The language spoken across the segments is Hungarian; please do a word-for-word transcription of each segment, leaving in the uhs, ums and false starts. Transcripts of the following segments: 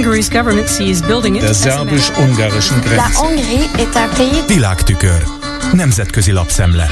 Der szerbus-ungarischen Grenze. Világtükör. Nemzetközi lapszemle.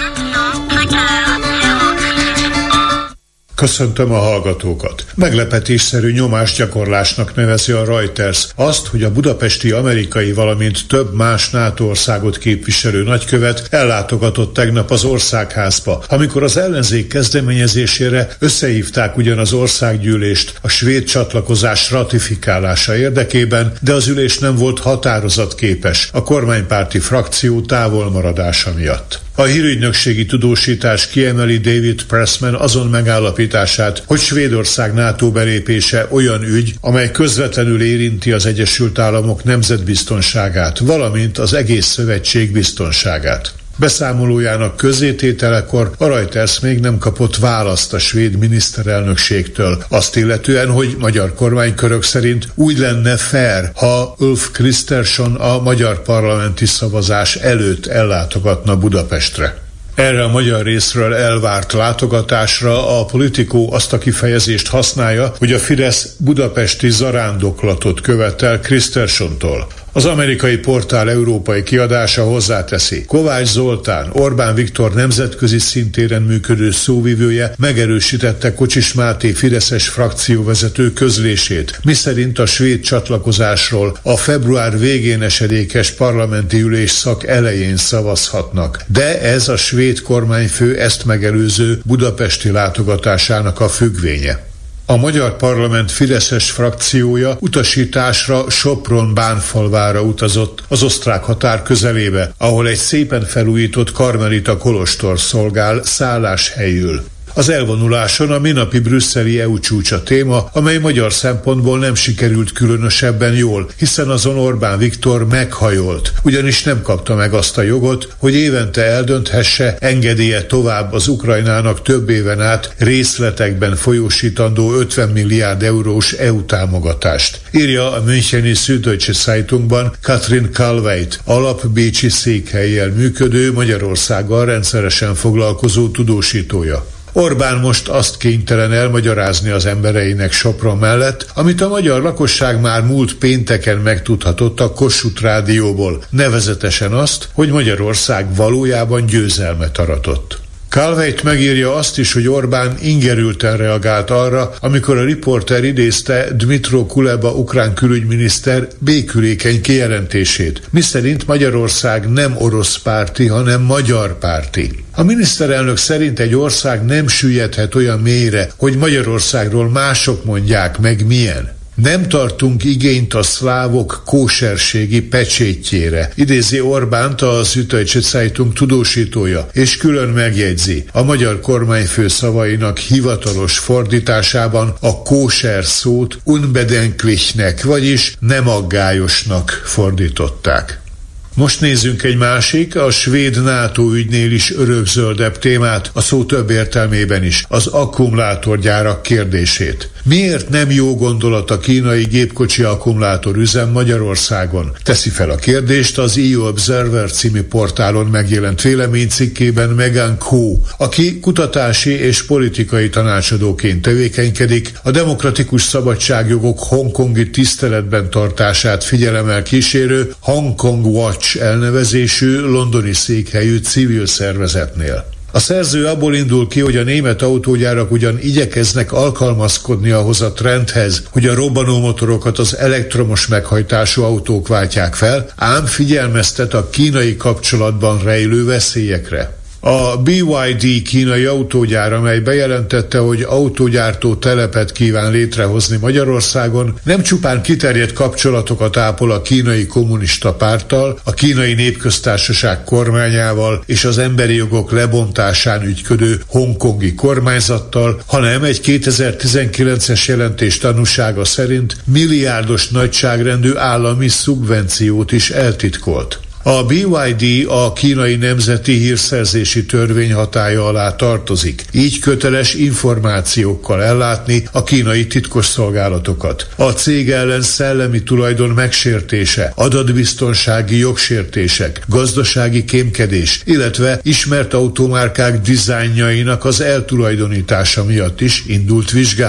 Köszöntöm a hallgatókat. Meglepetésszerű nyomásgyakorlásnak nevezi a Reuters azt, hogy a budapesti amerikai, valamint több más NATO országot képviselő nagykövet ellátogatott tegnap az országházba, amikor az ellenzék kezdeményezésére összehívták ugyan az országgyűlést a svéd csatlakozás ratifikálása érdekében, de az ülés nem volt határozatképes a kormánypárti frakció távolmaradása miatt. A hírügynökségi tudósítás kiemeli David Pressman azon megállapítását, hogy Svédország NATO belépése olyan ügy, amely közvetlenül érinti az Egyesült Államok nemzetbiztonságát, valamint az egész szövetség biztonságát. Beszámolójának közzétételekor a Reuters még nem kapott választ a svéd miniszterelnökségtől, azt illetően, hogy magyar kormánykörök szerint úgy lenne fair, ha Ulf Kristersson a magyar parlamenti szavazás előtt ellátogatna Budapestre. Erre a magyar részről elvárt látogatásra a Politico azt a kifejezést használja, hogy a Fidesz budapesti zarándoklatot követel Kristerssontól. Az amerikai portál európai kiadása hozzáteszi. Kovács Zoltán, Orbán Viktor nemzetközi szintéren működő szóvivője megerősítette Kocsis Máté fideszes frakcióvezető közlését, miszerint a svéd csatlakozásról a február végén esedékes parlamenti ülésszak elején szavazhatnak. De ez a svéd kormányfő ezt megelőző budapesti látogatásának a függvénye. A magyar parlament fideszes frakciója utasításra Sopron-Bánfalvára utazott, az osztrák határ közelébe, ahol egy szépen felújított karmelita kolostor szolgál szálláshelyül. Az elvonuláson a minapi brüsszeli é u csúcs a téma, amely magyar szempontból nem sikerült különösebben jól, hiszen azon Orbán Viktor meghajolt, ugyanis nem kapta meg azt a jogot, hogy évente eldönthesse, engedélye tovább az Ukrajnának több éven át részletekben folyósítandó ötven milliárd eurós é u támogatást. Írja a müncheni Süddeutsche Zeitungban Katrin Kalveit, alapbécsi székhellyel működő, Magyarországgal rendszeresen foglalkozó tudósítója. Orbán most azt kénytelen elmagyarázni az embereinek Sopron mellett, amit a magyar lakosság már múlt pénteken megtudhatott a Kossuth rádióból, nevezetesen azt, hogy Magyarország valójában győzelmet aratott. Kalveit megírja azt is, hogy Orbán ingerülten reagált arra, amikor a riporter idézte Dmytro Kuleba ukrán külügyminiszter békülékeny kijelentését, miszerint Magyarország nem orosz párti, hanem magyar párti. A miniszterelnök szerint egy ország nem süllyedhet olyan mélyre, hogy Magyarországról mások mondják meg milyen. Nem tartunk igényt a szlávok kóserségi pecsétjére, idézi Orbánt a Süddeutsche Zeitung tudósítója, és külön megjegyzi, a magyar kormányfő szavainak hivatalos fordításában a kóser szót unbedenklichnek, vagyis nem aggályosnak fordították. Most nézzünk egy másik, a svéd NATO ügynél is örökzöldebb témát, a szó több értelmében is, az akkumulátorgyárak kérdését. Miért nem jó gondolat a kínai gépkocsi akkumulátorüzem Magyarországon? Teszi fel a kérdést az E U Observer című portálon megjelent véleménycikkében Megan Koo, aki kutatási és politikai tanácsadóként tevékenykedik, a demokratikus szabadságjogok hongkongi tiszteletben tartását figyelemmel kísérő Hong Kong Watch elnevezésű londoni székhelyű civil szervezetnél. A szerző abból indul ki, hogy a német autógyárak ugyan igyekeznek alkalmazkodni ahhoz a trendhez, hogy a robbanómotorokat az elektromos meghajtású autók váltják fel, ám figyelmeztet a kínai kapcsolatban rejlő veszélyekre. A bé ipszilon dé kínai autógyár, amely bejelentette, hogy autógyártó telepet kíván létrehozni Magyarországon, nem csupán kiterjedt kapcsolatokat ápol a kínai kommunista párttal, a kínai népköztársaság kormányával és az emberi jogok lebontásán ügyködő hongkongi kormányzattal, hanem egy kétezer-tizenkilences jelentés tanúsága szerint milliárdos nagyságrendű állami szubvenciót is eltitkolt. A bé ipszilon dé a kínai nemzeti hírszerzési törvény hatálya alá tartozik, így köteles információkkal ellátni a kínai titkosszolgálatokat. A cég ellen szellemi tulajdon megsértése, adatbiztonsági jogsértések, gazdasági kémkedés, illetve ismert automárkák dizájnjainak az eltulajdonítása miatt is indult vizsgálat.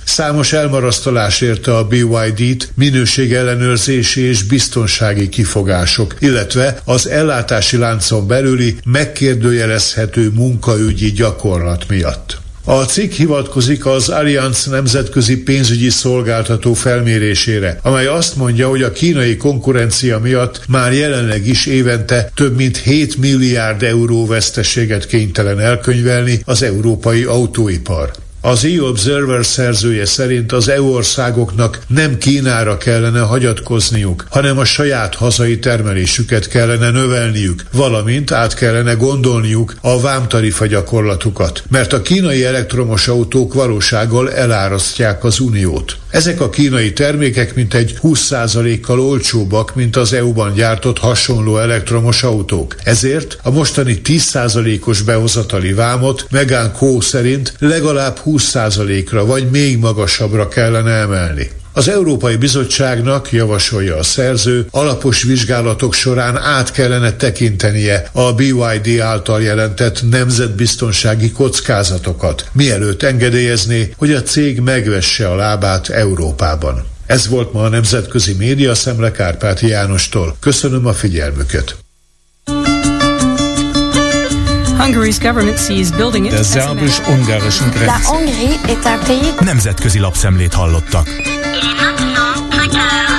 Számos elmarasztalás érte a bé ipszilon dét, minőségellenőrzési és biztonsági kifogások, illetve az ellátási láncon belüli megkérdőjelezhető munkaügyi gyakorlat miatt. A cikk hivatkozik az Allianz nemzetközi pénzügyi szolgáltató felmérésére, amely azt mondja, hogy a kínai konkurencia miatt már jelenleg is évente több mint hét milliárd euró veszteséget kénytelen elkönyvelni az európai autóipar. Az E U Observer szerzője szerint az é u országoknak nem Kínára kellene hagyatkozniuk, hanem a saját hazai termelésüket kellene növelniük, valamint át kellene gondolniuk a vámtarifa gyakorlatukat, mert a kínai elektromos autók valósággal elárasztják az uniót. Ezek a kínai termékek mintegy húsz százalékkal olcsóbbak, mint az é u-ban gyártott hasonló elektromos autók. Ezért a mostani tíz százalékos behozatali vámot Meghan Kó szerint legalább húsz százalékra vagy még magasabbra kellene emelni. Az Európai Bizottságnak, javasolja a szerző, alapos vizsgálatok során át kellene tekintenie a bé ipszilon dé által jelentett nemzetbiztonsági kockázatokat, mielőtt engedélyezné, hogy a cég megvesse a lábát Európában. Ez volt ma a Nemzetközi Média Szemle Kárpáti Jánostól. Köszönöm a figyelmüket. Der szerbus-ungarischen Grenze. Nemzetközi lapszemlét hallottak. Il est maintenant très tard.